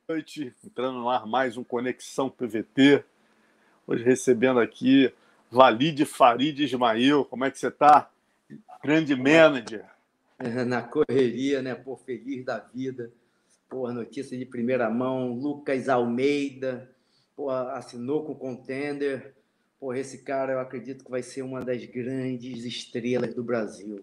noite, entrando no ar mais um Conexão PVT. Hoje recebendo aqui Walid Farid Ismail. Como é que você está? Grande manager. Na correria, né? Pô, feliz da vida. Pô, notícia de primeira mão. Lucas Almeida, pô, assinou com o Contender. Pô, esse cara eu acredito que vai ser uma das grandes estrelas do Brasil.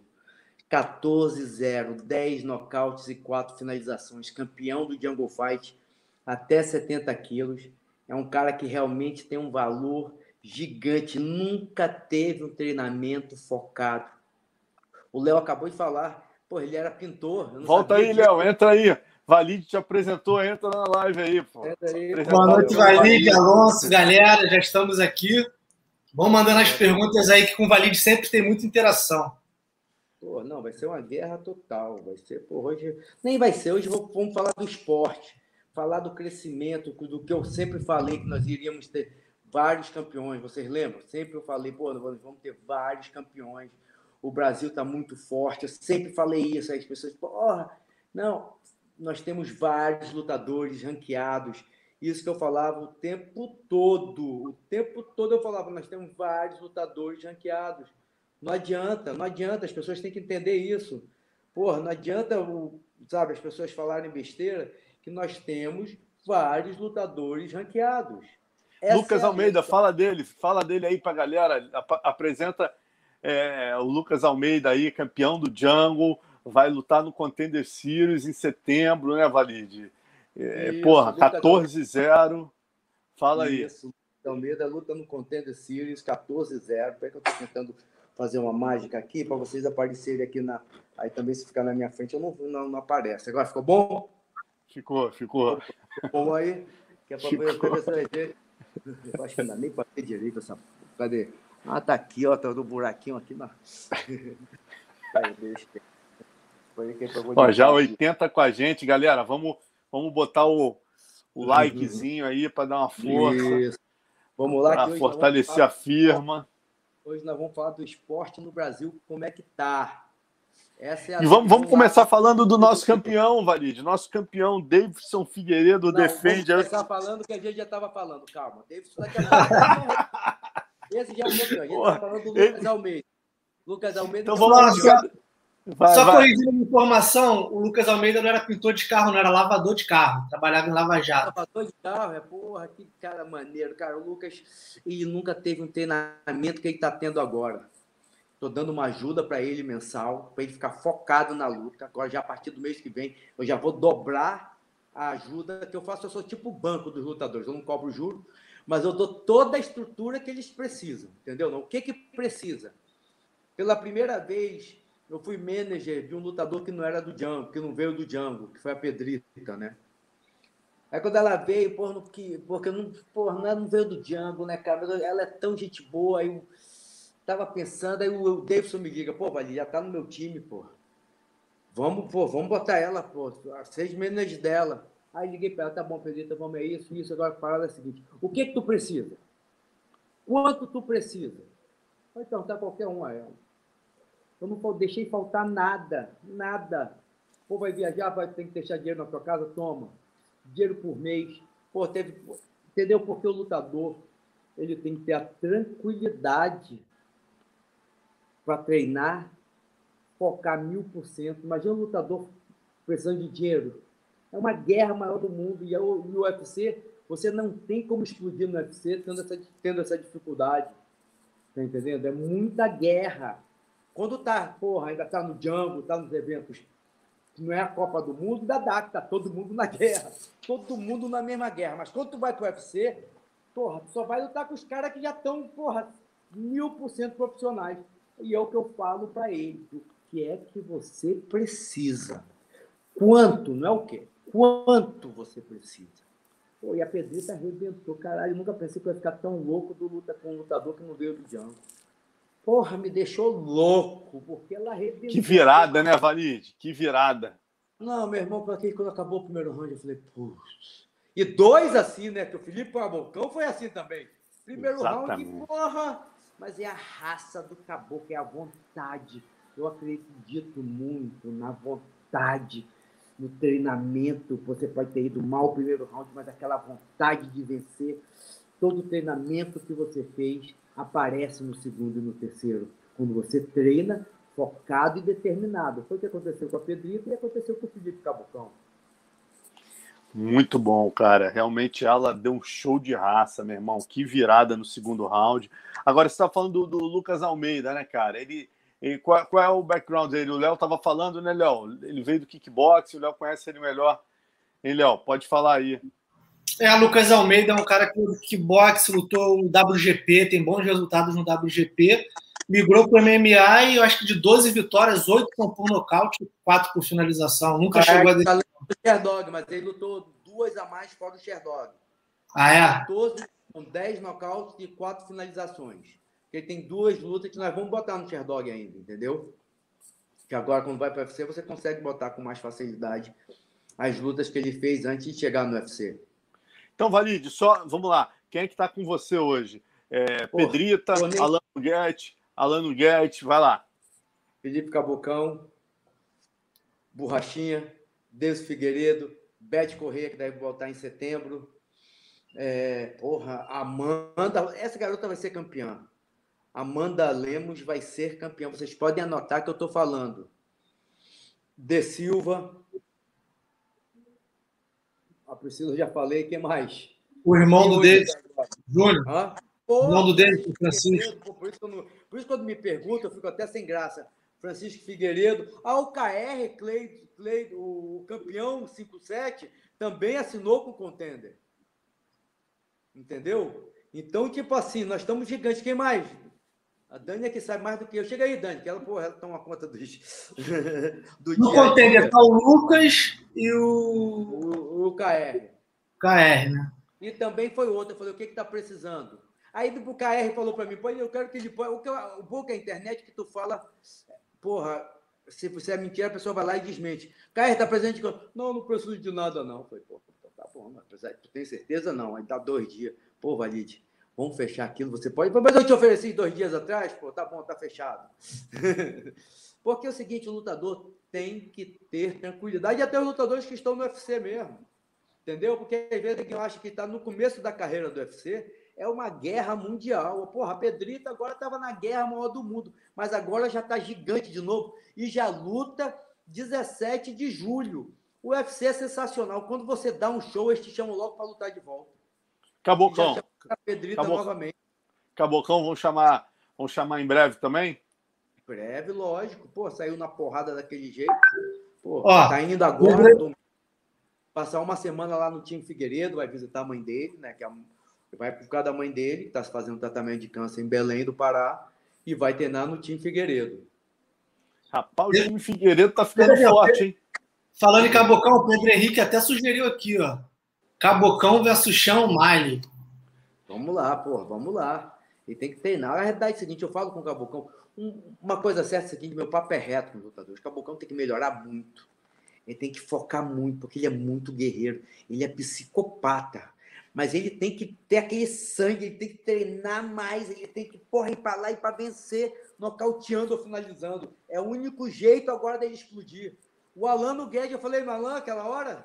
14-0, 10 nocautes e 4 finalizações. Campeão do Jungle Fight até 70 quilos. É um cara que realmente tem um valor gigante. Nunca teve um treinamento focado. O Léo acabou de falar. Pô, ele era pintor. Eu não Volta sabia aí, disso. Léo. Entra aí. Walid te apresentou. Entra na live aí, pô. Boa noite, Walid, Alonso, galera. Já estamos aqui. Vão mandando as perguntas aí, que com o Walid sempre tem muita interação. Pô, não, vai ser uma guerra total. Vai ser, pô, hoje. Nem vai ser, hoje vamos falar do esporte, falar do crescimento, do que eu sempre falei, que nós iríamos ter vários campeões. Vocês lembram? Sempre eu falei, pô, nós vamos ter vários campeões. O Brasil está muito forte. Eu sempre falei isso. Aí as pessoas, porra, não, nós temos vários lutadores ranqueados. Isso que eu falava o tempo todo. O tempo todo eu falava, nós temos vários lutadores ranqueados. Não adianta, as pessoas têm que entender isso. Porra, não adianta, sabe, as pessoas falarem besteira, que nós temos vários lutadores ranqueados. Lucas Almeida, fala dele aí pra galera, apresenta o Lucas Almeida aí, campeão do Jungle, vai lutar no Contender Series em setembro, né, Walid? Porra, 14-0, fala aí. Isso, Almeida luta no Contender Series, 14-0, peraí que eu tô tentando fazer uma mágica aqui para vocês aparecerem aqui aí também, se ficar na minha frente eu não aparece. Agora ficou bom? Ficou. Ficou bom aí? Que é para ver. Eu acho que não dá nem para ver direito essa. Cadê? Ah, tá aqui, ó, tá no buraquinho aqui na. Ó, já 80 com a gente, galera. Vamos botar o likezinho aí para dar uma força. Isso. Vamos lá, para fortalecer a firma. Hoje nós vamos falar do esporte no Brasil, como é que tá. Essa é a e vamos começar falando do nosso campeão, Walid. Nosso campeão, Davidson Figueiredo, defende. Vamos começar falando que a gente já estava falando. Calma, Davidson daqui a pouco. Esse já é o campeão. A gente está falando do Lucas Almeida. Lucas Almeida. Então vamos lá. Só corrigindo uma informação, o Lucas Almeida não era pintor de carro, não era lavador de carro. Trabalhava em Lava Jato. Lavador de carro, porra, que cara maneiro. Cara, o Lucas, ele nunca teve um treinamento que ele está tendo agora. Estou dando uma ajuda para ele mensal, para ele ficar focado na luta. Agora, já a partir do mês que vem, eu já vou dobrar a ajuda que eu faço. Eu sou tipo o banco dos lutadores. Eu não cobro juro, mas eu dou toda a estrutura que eles precisam. Entendeu? O que precisa? Pela primeira vez, eu fui manager de um lutador que não era do Django, que não veio do Django, que foi a Pedrita, né? Aí quando ela veio, porque não veio do Django, né, cara? Ela é tão gente boa, aí eu tava pensando, aí o Davidson me liga, pô, Walid, já tá no meu time, pô. Vamos botar ela, pô, 6 managers dela. Aí liguei para ela, tá bom, Pedrita, vamos, é isso, agora a parada é a seguinte, o que tu precisa? Quanto tu precisa? Então, tá qualquer um a ela. Eu não deixei faltar nada. Pô, vai viajar, tem que deixar dinheiro na tua casa? Toma. Dinheiro por mês. Pô, entendeu? Porque o lutador, ele tem que ter a tranquilidade para treinar, focar 1000%. Imagina um lutador precisando de dinheiro. É uma guerra maior do mundo. E o UFC, você não tem como explodir no UFC tendo essa dificuldade. Tá entendendo? É muita guerra. Quando ainda tá no Django, tá nos eventos que não é a Copa do Mundo, ainda dá, que tá todo mundo na guerra. Todo mundo na mesma guerra. Mas quando tu vai pro UFC, tu só vai lutar com os caras que já estão, 1000% profissionais. E é o que eu falo para eles. O que é que você precisa? Quanto, não é o quê? Quanto você precisa? Pô, e a Pedrita arrebentou, caralho. Eu nunca pensei que eu ia ficar tão louco com um lutador que não veio do Django. Porra, me deixou louco, porque ela arrebentou. Que virada, né, Walid? Que virada. Não, meu irmão, quando acabou o primeiro round, eu falei, putz. E 2 assim, né? Que o Felipe Cabocão foi assim também. Primeiro round, porra. Mas é a raça do caboclo, é a vontade. Eu acredito muito na vontade no treinamento, você pode ter ido mal o primeiro round, mas aquela vontade de vencer, todo o treinamento que você fez aparece no segundo e no terceiro, quando você treina focado e determinado. Foi o que aconteceu com a Pedrita e aconteceu com o Felipe Cabocão. Muito bom, cara. Realmente ela deu um show de raça, meu irmão. Que virada no segundo round. Agora, você está falando do Lucas Almeida, né, cara? Qual é o background dele? O Léo estava falando, né, Léo? Ele veio do kickboxing, o Léo conhece ele melhor. Hein, Léo? Pode falar aí. Lucas Almeida é um cara que no kickbox lutou no WGP, tem bons resultados no WGP. Migrou para o MMA e eu acho que de 12 vitórias, 8 são por nocaute, 4 por finalização. Nunca chegou a... Tá do Sherdog, mas ele lutou 2 a mais fora do Sherdog. Ah, é? 14 com 10 nocautes e 4 finalizações. Ele tem 2 lutas que nós vamos botar no Sherdog ainda, entendeu? Que agora, quando vai para o UFC, você consegue botar com mais facilidade as lutas que ele fez antes de chegar no UFC. Então, Valide, vamos lá. Quem é que está com você hoje? Pedrita, Alano Guedes, vai lá. Felipe Cabocão, Borrachinha, Deus Figueiredo, Beth Corrêa, que deve voltar em setembro. Amanda, essa garota vai ser campeã. Amanda Lemos vai ser campeã. Vocês podem anotar que eu estou falando. De Silva. A Priscila, já falei. Quem mais? O irmão do David, Júnior. O irmão do David, Francisco. Por isso, quando me perguntam, eu fico até sem graça. Francisco Figueiredo. O KR, Clay, o campeão 5-7, também assinou com o Contender. Entendeu? Então, tipo assim, nós estamos gigantes. Quem mais? A Dani é que sabe mais do que eu. Chega aí, Dani, que ela toma conta do no Contender está o Lucas e o KR. KR, né? E também foi outro. Eu falei, o que está precisando? Aí o KR falou para mim, eu quero que ele põe... O bom que a internet que tu fala, se você é mentira, a pessoa vai lá e desmente. KR está presente? Não preciso de nada, não. Eu falei, tá bom, mas tu tem certeza? Não. Aí dá 2 dias. Valide, vamos fechar aquilo, você pode... Mas eu te ofereci 2 dias atrás, tá bom, tá fechado. Porque é o seguinte, o lutador tem que ter tranquilidade, e até os lutadores que estão no UFC mesmo. Entendeu? Porque às vezes alguém acha que está no começo da carreira do UFC, é uma guerra mundial. A Pedrita agora estava na guerra maior do mundo, mas agora já está gigante de novo e já luta 17 de julho. O UFC é sensacional. Quando você dá um show, eles te chamam logo para lutar de volta. Cabocão. A Pedrita novamente. Cabocão, vamos chamar em breve também? Breve, lógico. Saiu na porrada daquele jeito. Tá indo agora, passar uma semana lá no Team Figueiredo, vai visitar a mãe dele, né? Vai por causa da mãe dele, que está fazendo tratamento de câncer em Belém do Pará, e vai treinar no Team Figueiredo. Rapaz, o time Figueiredo tá ficando forte, hein? Falando em Cabocão, o Pedro Henrique até sugeriu aqui, ó. Cabocão versus Sean O'Malley. Vamos lá, vamos lá. E tem que treinar. A realidade é a seguinte, eu falo com o Cabocão, uma coisa certa é a seguinte, meu papo é reto com os lutadores. O Cabocão tem que melhorar muito. Ele tem que focar muito, porque ele é muito guerreiro. Ele é psicopata. Mas ele tem que ter aquele sangue, ele tem que treinar mais, ele tem que ir para lá e para vencer, nocauteando ou finalizando. É o único jeito agora dele explodir. O Alano Guedes, eu falei no Alan aquela hora?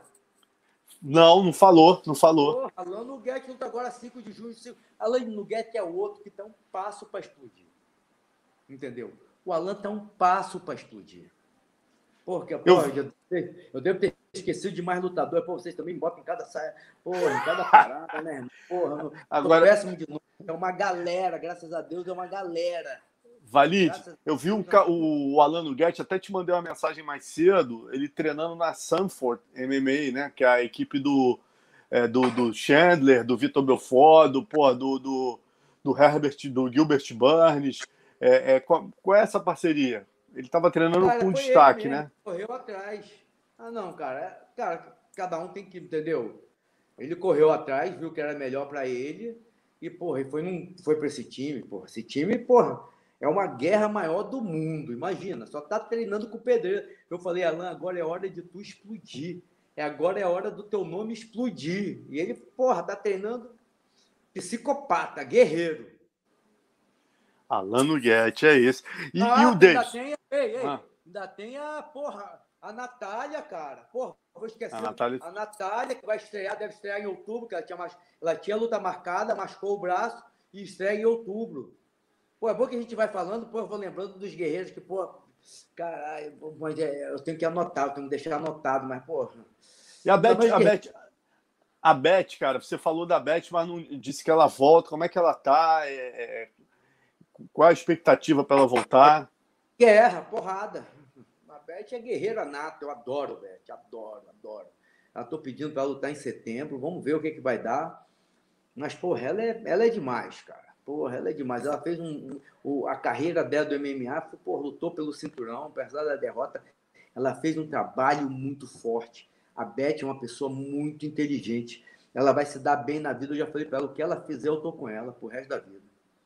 Não falou. Alano Guedes luta agora 5 de junho. Alano Guedes é o outro que está um passo para explodir. Entendeu? O Alan está um passo para explodir. Porque, eu devo ter esquecido de mais lutador. Vocês também botam em cada saia. Em cada parada, né? Agora, péssimo de novo. É uma galera, graças a Deus, é uma galera. Valide, eu vi o Alano Guedes, até te mandei uma mensagem mais cedo, ele treinando na Sanford MMA, né? Que é a equipe do Chandler, do Vitor Belfort, do Herbert, do Gilbert Burns. Qual é essa parceria? Ele estava treinando com destaque, né? Correu atrás. Não, cara. Cada um tem que, entendeu? Ele correu atrás, viu que era melhor para ele e, foi para esse time, Esse time, é uma guerra maior do mundo, imagina. Só tá treinando com o pedreiro. Eu falei, Alan, agora é hora de tu explodir. Agora é hora do teu nome explodir. E ele, tá treinando psicopata, guerreiro. Alano Guedes, é esse. E o Davis? Ainda tem a A Natália, cara. Porra, vou esquecer. Natália... A Natália, que vai estrear, deve estrear em outubro, que ela tinha luta marcada, machucou o braço e estreia em outubro. Pô, é bom que a gente vai falando, pô, eu vou lembrando dos guerreiros que, pô, caralho, eu tenho que anotar, eu tenho que deixar anotado, mas, porra. E a Beth, cara, você falou da Beth, mas não disse que ela volta. Como é que ela tá? Qual a expectativa para ela voltar? Guerra, porrada. A Beth é guerreira nata, eu adoro, Beth, adoro. Ela tô pedindo para lutar em setembro, vamos ver o que vai dar. Mas, porra, ela é demais, cara. Porra, ela é demais. Ela fez a carreira dela do MMA, porra, lutou pelo cinturão, apesar da derrota. Ela fez um trabalho muito forte. A Beth é uma pessoa muito inteligente. Ela vai se dar bem na vida. Eu já falei para ela, o que ela fizer, eu tô com ela pro resto da vida.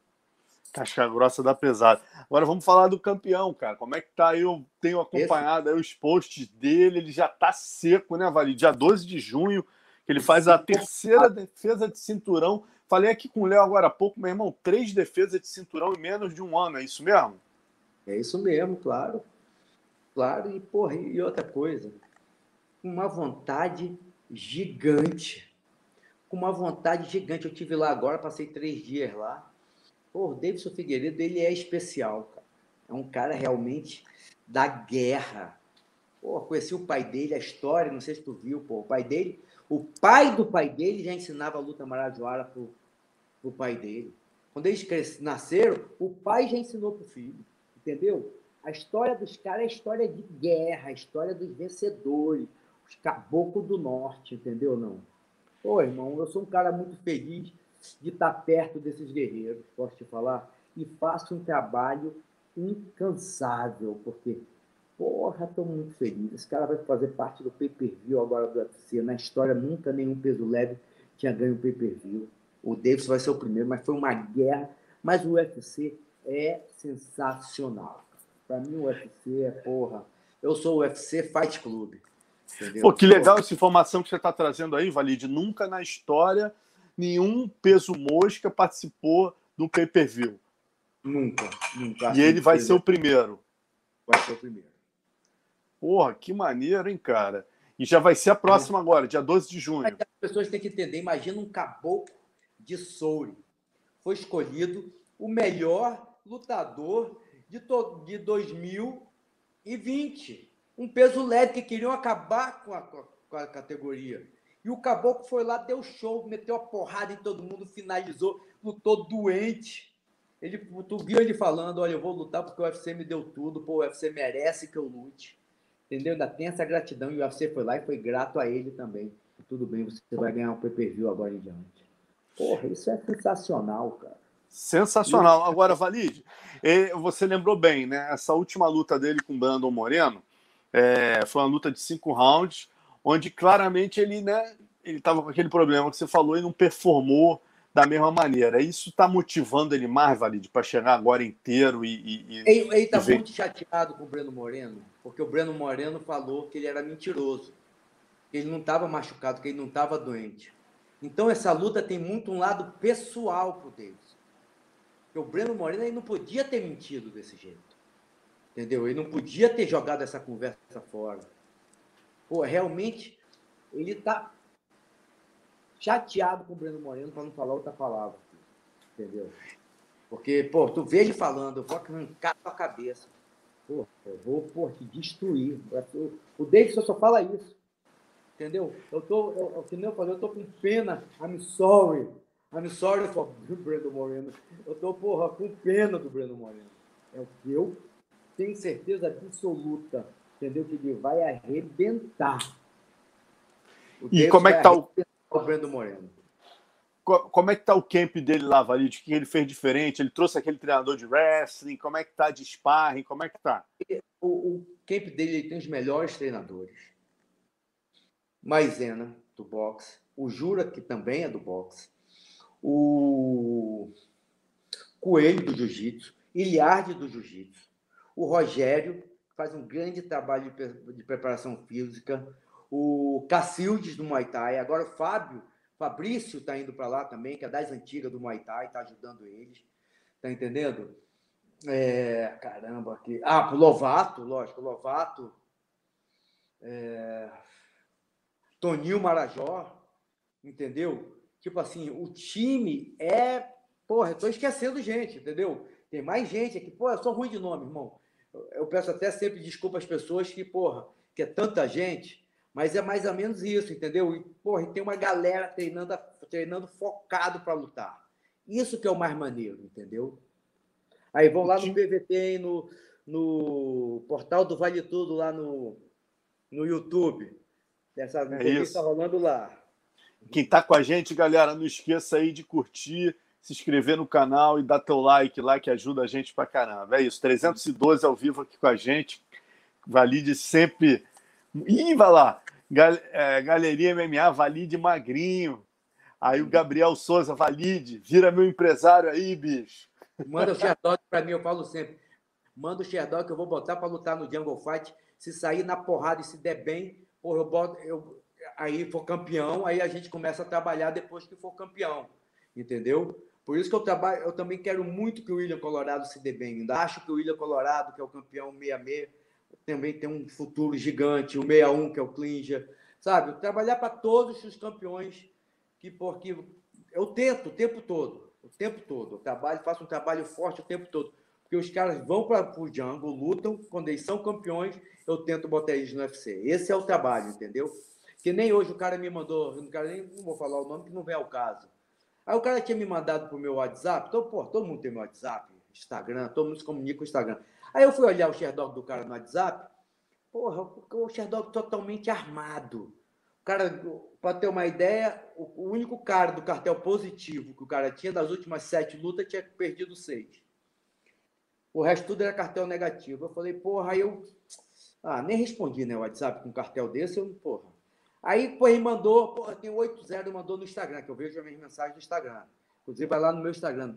Casca grossa da pesada. Agora vamos falar do campeão, cara. Como é que tá? Eu tenho acompanhado aí os posts dele. Ele já tá seco, né, Vali? Dia 12 de junho, que ele faz a terceira defesa de cinturão. Falei aqui com o Léo agora há pouco, meu irmão, 3 defesas de cinturão em menos de um ano. É isso mesmo? É isso mesmo, claro. Claro, e, porra, e outra coisa. Uma vontade gigante. Com uma vontade gigante. Eu tive lá agora, passei 3 dias lá. Pô, o Davidson Figueiredo, ele é especial, cara. É um cara realmente da guerra. Pô, conheci o pai dele, a história, não sei se tu viu, pô, o pai do pai dele já ensinava a luta marajoara pro pai dele. Quando eles nasceram, o pai já ensinou pro filho, entendeu? A história dos caras é a história de guerra, a história dos vencedores, os caboclos do norte, entendeu, não? Pô, irmão, eu sou um cara muito feliz de estar perto desses guerreiros, posso te falar? E faço um trabalho incansável, porque, porra, estou muito feliz. Esse cara vai fazer parte do pay-per-view agora do UFC. Na história, nunca nenhum peso leve tinha ganho pay-per-view. O Davidson vai ser o primeiro, mas foi uma guerra. Mas o UFC é sensacional. Para mim, o UFC é, porra... Eu sou o UFC Fight Club. Entendeu? Pô, que legal essa informação que você está trazendo aí, Valide. Nunca na história nenhum peso mosca participou do pay-per-view. Nunca. E ele vai ser o primeiro. Vai ser o primeiro. Porra, que maneiro, hein, cara? E já vai ser a próxima agora, dia 12 de junho. Mas as pessoas têm que entender. Imagina um caboclo de Soure. Foi escolhido o melhor lutador de 2020. Um peso leve que queriam acabar com a categoria. E o caboclo foi lá, deu show, meteu a porrada em todo mundo, finalizou, lutou doente. Tu viu ele falando, olha, eu vou lutar porque o UFC me deu tudo, pô, o UFC merece que eu lute. Entendeu? Ainda tem essa gratidão e o UFC foi lá e foi grato a ele também. Tudo bem, você vai ganhar um pay-per-view agora em diante. Porra, isso é sensacional, cara. Sensacional. Agora, Valide, você lembrou bem, né? Essa última luta dele com o Brandon Moreno foi uma luta de 5 rounds, onde claramente ele estava com aquele problema que você falou e não performou da mesma maneira. Isso está motivando ele mais, Valide, para chegar agora inteiro Ele está muito chateado com o Breno Moreno, porque o Breno Moreno falou que ele era mentiroso, que ele não estava machucado, que ele não estava doente. Então, essa luta tem muito um lado pessoal pro Davidson. Porque o Breno Moreno ele não podia ter mentido desse jeito. Entendeu? Ele não podia ter jogado essa conversa fora. Pô, realmente, ele está chateado com o Breno Moreno, para não falar outra palavra. Entendeu? Porque, pô, tu vê ele falando, eu vou arrancar a tua cabeça. Pô, eu vou te destruir. O Davidson só fala isso. Entendeu? Que nem eu falei, eu tô com pena. I'm sorry for o Breno Moreno. Eu tô, porra, com pena do Breno Moreno. É o que eu tenho certeza absoluta, entendeu? Que ele vai arrebentar. E como é que tá o Breno Moreno? Como é que tá o camp dele lá, Valide? O que ele fez diferente? Ele trouxe aquele treinador de wrestling? Como é que tá de sparring? Como é que tá? O camp dele ele tem os melhores treinadores. Maisena, do boxe. O Jura, que também é do boxe. O Coelho, do jiu-jitsu. Iliardi, do jiu-jitsu. O Rogério, que faz um grande trabalho de preparação física. O Cacildes, do Muay Thai. Agora o Fabrício está indo para lá também, que é das antigas do Muay Thai, está ajudando eles. Tá entendendo? Caramba, aqui. O Lovato, lógico, o Lovato. Toninho Marajó, entendeu? Tipo assim, o time Porra, eu tô esquecendo gente, entendeu? Tem mais gente aqui. Pô, eu sou ruim de nome, irmão. Eu peço até sempre desculpa às pessoas que é tanta gente, mas é mais ou menos isso, entendeu? E, porra, e tem uma galera treinando focado para lutar. Isso que é o mais maneiro, entendeu? Aí vão lá no PVT, no portal do Vale Tudo, lá no YouTube. Essa entrevista rolando lá. Quem tá com a gente, galera, não esqueça aí de curtir, se inscrever no canal e dar teu like lá, que ajuda a gente pra caramba. É isso, 312 ao vivo aqui com a gente. Valide sempre... Ih, vai lá! Galeria MMA, Valide magrinho. Aí o Gabriel Souza, Valide, vira meu empresário aí, bicho. Manda o Sherdog pra mim, eu falo sempre. Manda o Sherdog que eu vou botar pra lutar no Jungle Fight. Se sair na porrada e se der bem, porra, aí for campeão, aí a gente começa a trabalhar depois que for campeão. Entendeu? Por isso que eu também quero muito que o William Colorado se dê bem. Ainda acho que o William Colorado, que é o campeão 66, também tem um futuro gigante. O 61, que é o Klinger. Sabe? Trabalhar para todos os campeões porque eu tento o tempo todo. O tempo todo. Eu faço um trabalho forte o tempo todo. Porque os caras vão para o Jungle, lutam, quando eles são campeões, eu tento botar eles no UFC. Esse é o trabalho, entendeu? Que nem hoje o cara me mandou, não vou falar o nome, que não vem ao caso. Aí o cara tinha me mandado pro meu WhatsApp, então, pô, todo mundo tem meu WhatsApp, Instagram, todo mundo se comunica com o Instagram. Aí eu fui olhar o Sherdog do cara no WhatsApp, porra, o Sherdog totalmente armado. O cara, para ter uma ideia, o único cara do cartel positivo que o cara tinha, das últimas 7 lutas, tinha perdido 6. O resto tudo era cartel negativo. Eu falei, porra, aí eu... nem respondi, né, o WhatsApp com um cartel desse, porra. Aí, pô, ele mandou, porra, tem 80, mandou no Instagram, que eu vejo as minhas mensagens no Instagram. Inclusive, vai lá no meu Instagram,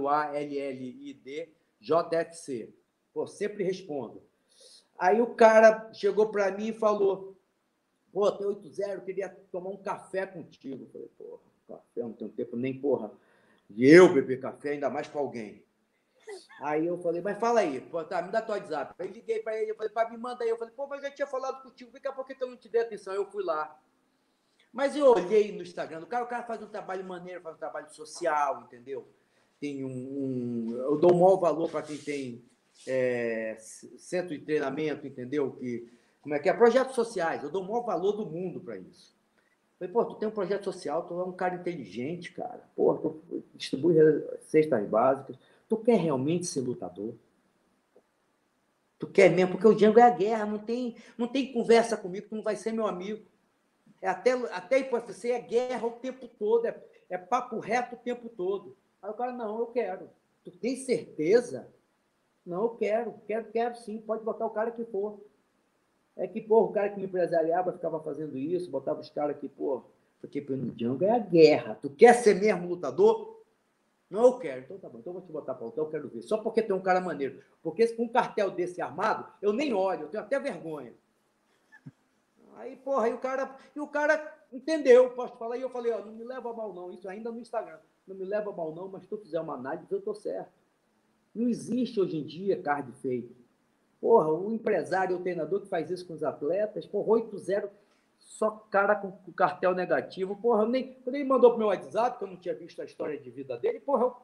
WALLIDJFC. Pô, sempre respondo. Aí o cara chegou para mim e falou, pô, tem 80, queria tomar um café contigo. Eu falei, porra, café, não tenho tempo nem, porra, de eu beber café, ainda mais para alguém. Aí eu falei, mas fala aí, pô, tá, me dá teu WhatsApp. Aí liguei pra ele, eu falei, pá, me manda aí. Eu falei, pô, mas eu já tinha falado contigo, daqui a pouco eu não te dei atenção. Eu fui lá. Mas eu olhei no Instagram, o cara faz um trabalho maneiro, faz um trabalho social, entendeu? Tem eu dou um maior valor para quem tem centro de treinamento, entendeu? Como é que é? Projetos sociais, eu dou o maior valor do mundo para isso. Eu falei, pô, tu tem um projeto social, tu é um cara inteligente, cara. Pô, tu distribui cestas básicas. Tu quer realmente ser lutador? Tu quer mesmo? Porque o Django é a guerra, não tem conversa comigo, tu não vai ser meu amigo. Até ir para o UFC é guerra o tempo todo, é papo reto o tempo todo. Aí o cara, não, eu quero. Tu tem certeza? Não, eu quero sim, pode botar o cara que for. É que, pô, o cara que me empresariava ficava fazendo isso, botava os caras que, pô, porque no Django é a guerra. Tu quer ser mesmo lutador? Não, eu quero. Então tá bom, então eu vou te botar para lutar, eu quero ver. Só porque tem um cara maneiro. Porque com um cartel desse armado, eu nem olho, eu tenho até vergonha. Aí, porra, o cara entendeu, posso falar, e eu falei, ó, não me leva a mal não, isso ainda no Instagram, não me leva a mal não, mas se tu fizer uma análise, eu tô certo. Não existe hoje em dia card fake. Porra, o empresário, o treinador que faz isso com os atletas, porra, 8-0, só cara com cartel negativo, porra, quando ele mandou pro meu WhatsApp, que eu não tinha visto a história de vida dele,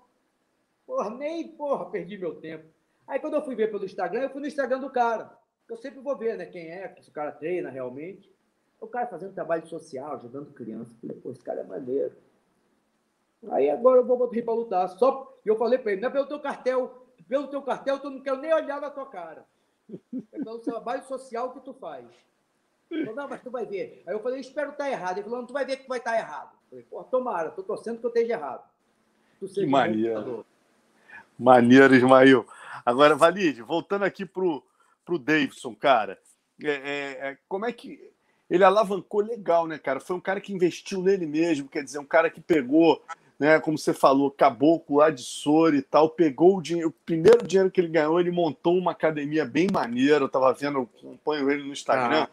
perdi meu tempo. Aí quando eu fui ver pelo Instagram, eu fui no Instagram do cara. Eu sempre vou ver, né, quem é, se o cara treina realmente. O cara fazendo trabalho social, ajudando criança. Eu falei, pô, esse cara é maneiro. Aí agora eu vou botar para lutar. E eu falei para ele, não é pelo teu cartel, eu não quero nem olhar na tua cara. É pelo trabalho social que tu faz. Ele falou, não, mas tu vai ver. Aí eu falei, espero estar errado. Ele falou, não, tu vai ver que tu vai estar errado. Eu falei, pô, tomara, tô torcendo que eu esteja errado. Que maneiro. Maneiro, Ismael. Agora, Valide, voltando aqui pro Davidson, cara, como é que ele alavancou legal, né, cara? Foi um cara que investiu nele mesmo, quer dizer, um cara que pegou, né, como você falou, caboclo lá de Soura e tal, pegou o primeiro dinheiro que ele ganhou, ele montou uma academia bem maneira, eu tava vendo, acompanho ele no Instagram,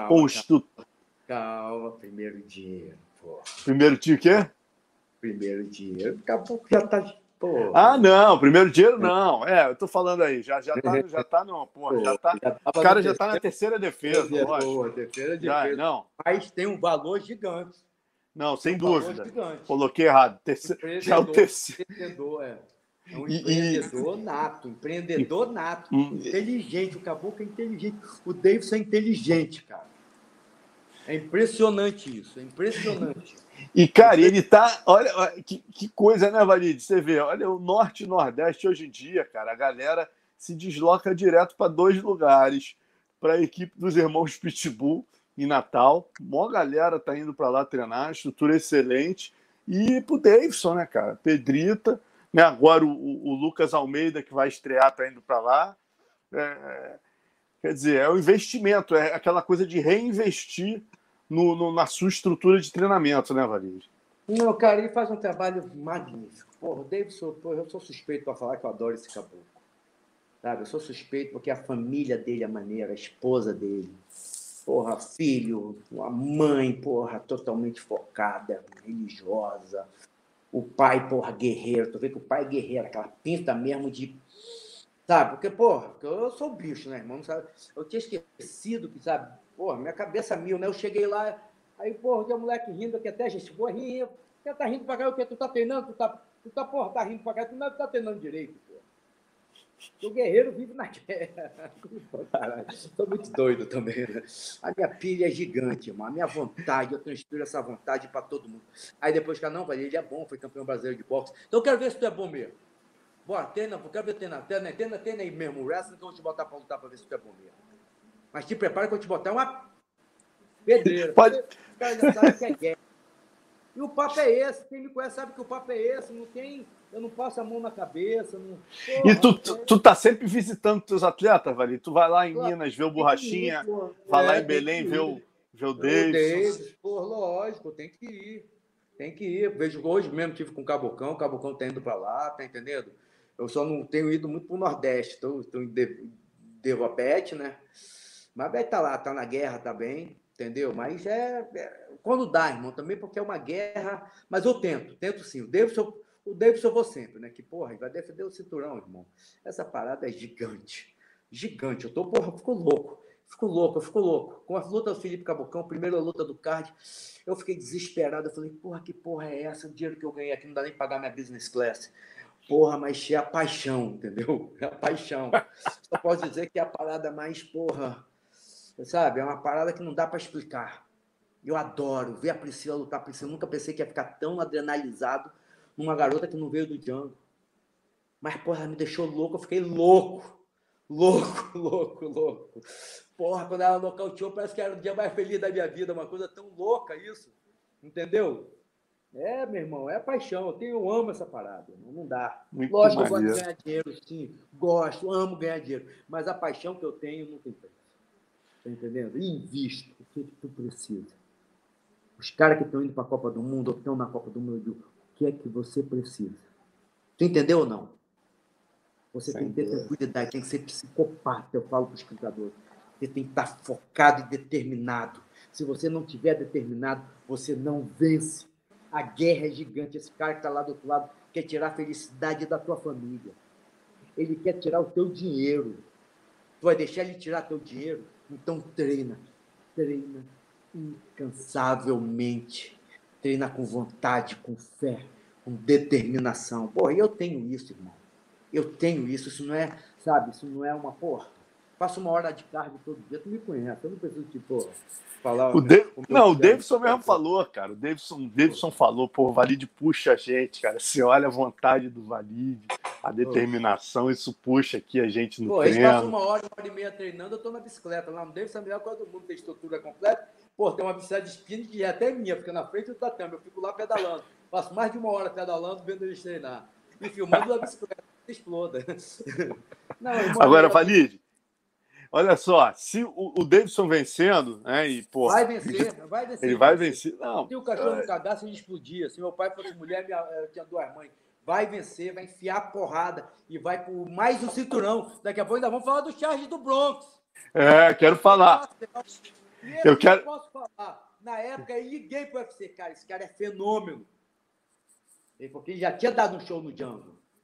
Calma, primeiro dinheiro, pô. Primeiro dinheiro o quê? Primeiro dinheiro, caboclo já tá... Ah, não, primeiro dinheiro não. Eu tô falando aí, já tá não, porra, o cara já tá na terceira defesa, lógico. Terceira já, defesa. não. Mas tem um valor gigante. Não, sem dúvida. Coloquei errado. Já é o terceiro. Empreendedor, É um empreendedor nato, inteligente. O Caboclo é inteligente. O Davidson é inteligente, cara. É impressionante isso, é impressionante. E, cara, ele tá... Olha, que coisa, né, Valide? Você vê, olha, o Norte e Nordeste hoje em dia, cara, a galera se desloca direto para 2 lugares, para a equipe dos irmãos Pitbull em Natal. Mó galera tá indo para lá treinar, estrutura excelente. E pro Davidson, né, cara? Pedrita, né? Agora o Lucas Almeida, que vai estrear, tá indo para lá. Quer dizer, é o investimento, é aquela coisa de reinvestir na sua estrutura de treinamento, né, Valide? Não, cara, ele faz um trabalho magnífico. Porra, o Davidson, eu sou suspeito para falar que eu adoro esse caboclo. Sabe? Eu sou suspeito porque a família dele é maneira, a esposa dele. Porra, filho, a mãe, porra, totalmente focada, religiosa. O pai, porra, guerreiro. Tu vê que o pai é guerreiro, aquela pinta mesmo de... Sabe? Porque, porra, eu sou bicho, né, irmão? Sabe? Eu tinha esquecido que, sabe? Porra, minha cabeça mil, né? Eu cheguei lá, aí, porra, tem um moleque rindo aqui até, gente, porra, rindo. Você tá rindo pra cá, o quê? Tu tá treinando? Porra, tá rindo pra cá, tu não tá treinando direito, porra. O guerreiro vive na guerra. Caralho, tô muito doido também, né? A minha pilha é gigante, irmão. A minha vontade, eu transpiro essa vontade pra todo mundo. Aí depois, cara, não, ele é bom, foi campeão brasileiro de boxe. Então eu quero ver se tu é bom mesmo. Bora, treina, eu quero ver treina aí mesmo. O wrestling que eu vou te botar pra lutar pra ver se tu é bom mesmo. Mas te prepara que eu vou te botar uma pedreira. Pode... O cara já sabe que é guerra. E o papo é esse. Quem me conhece sabe que o papo é esse. Não tem... Eu não passo a mão na cabeça. Não... Porra, e tu tá sempre visitando teus atletas, Vali? Tu vai lá em Minas ver o Borrachinha, vai lá em Belém ver o Davidson. Pô, lógico, tem que ir. Tem que ir. Vejo hoje mesmo, tive com o Cabocão tá indo pra lá, tá entendendo? Eu só não tenho ido muito pro Nordeste. Devo a Beth, né? Mas a Beth tá lá, tá na guerra, tá bem, entendeu? Mas quando dá, irmão, também porque é uma guerra. Mas eu tento sim. O Davidson eu vou sempre, né? Que, porra, ele vai defender o cinturão, irmão. Essa parada é gigante. Gigante. Eu fico louco. Com a luta do Felipe Cabocão, primeira luta do card, eu fiquei desesperado. Eu falei, porra, que porra é essa? O dinheiro que eu ganhei aqui não dá nem pra pagar minha business class. Porra, mas é a paixão, entendeu? É a paixão. Só posso dizer que é a parada mais, porra, sabe? É uma parada que não dá pra explicar. Eu adoro ver a Priscila lutar. A Priscila, nunca pensei que ia ficar tão adrenalizado numa garota que não veio do Django. Mas, porra, ela me deixou louco. Eu fiquei louco. Porra, quando ela nocauteou, parece que era o dia mais feliz da minha vida. Uma coisa tão louca isso. Entendeu? Meu irmão, é paixão. Eu amo essa parada. Não dá. Muito Lógico que eu gosto de ganhar dinheiro, sim. Amo ganhar dinheiro. Mas a paixão que eu tenho não tem preço. Tá entendendo? E invisto. O que tu precisa? Os caras que estão indo para a Copa do Mundo ou estão na Copa do Mundo, o que é que você precisa? Tu entendeu ou não? Você tem que ter tranquilidade, tem que ser psicopata, eu falo para os escritadores. Você tem que estar focado e determinado. Se você não estiver determinado, você não vence. A guerra é gigante. Esse cara que está lá do outro lado quer tirar a felicidade da tua família. Ele quer tirar o teu dinheiro. Tu vai deixar ele tirar teu dinheiro? Então treina. Treina incansavelmente. Treina com vontade, com fé, com determinação. Porra, eu tenho isso, irmão. Eu tenho isso. Isso não é, sabe, isso não é uma porra. Faço 1 hora de cardio todo dia, tu me conhece. Eu não preciso, tipo, falar... O Davidson mesmo falou, cara. O Davidson falou, pô, o Valide puxa a gente, cara. Você olha a vontade do Valide, a determinação, isso puxa aqui a gente no treino. Eles passam 1 hora, 1 hora e meia treinando, eu tô na bicicleta. Lá no Davidson é melhor que todo mundo tem estrutura completa. Pô, tem uma bicicleta de spinning que é até minha, fica na frente do tatame. Eu fico lá pedalando. Passo mais de 1 hora pedalando, vendo eles treinar. E filmando a bicicleta, exploda. Não, irmão, agora, Valide, olha só, se o Davidson vencendo, né, e, porra, vai vencer. Ele vai vencer. Não. Se o cachorro no cadastro, ele explodia. Se meu pai fosse mulher, eu tinha 2 mães. Vai vencer, vai enfiar a porrada e vai por mais um cinturão. Daqui a pouco ainda vamos falar do Charles do Bronx. Quero falar. Eu quero... posso falar. Na época, eu liguei pro UFC, cara. Esse cara é fenômeno. Porque ele já tinha dado um show no Django.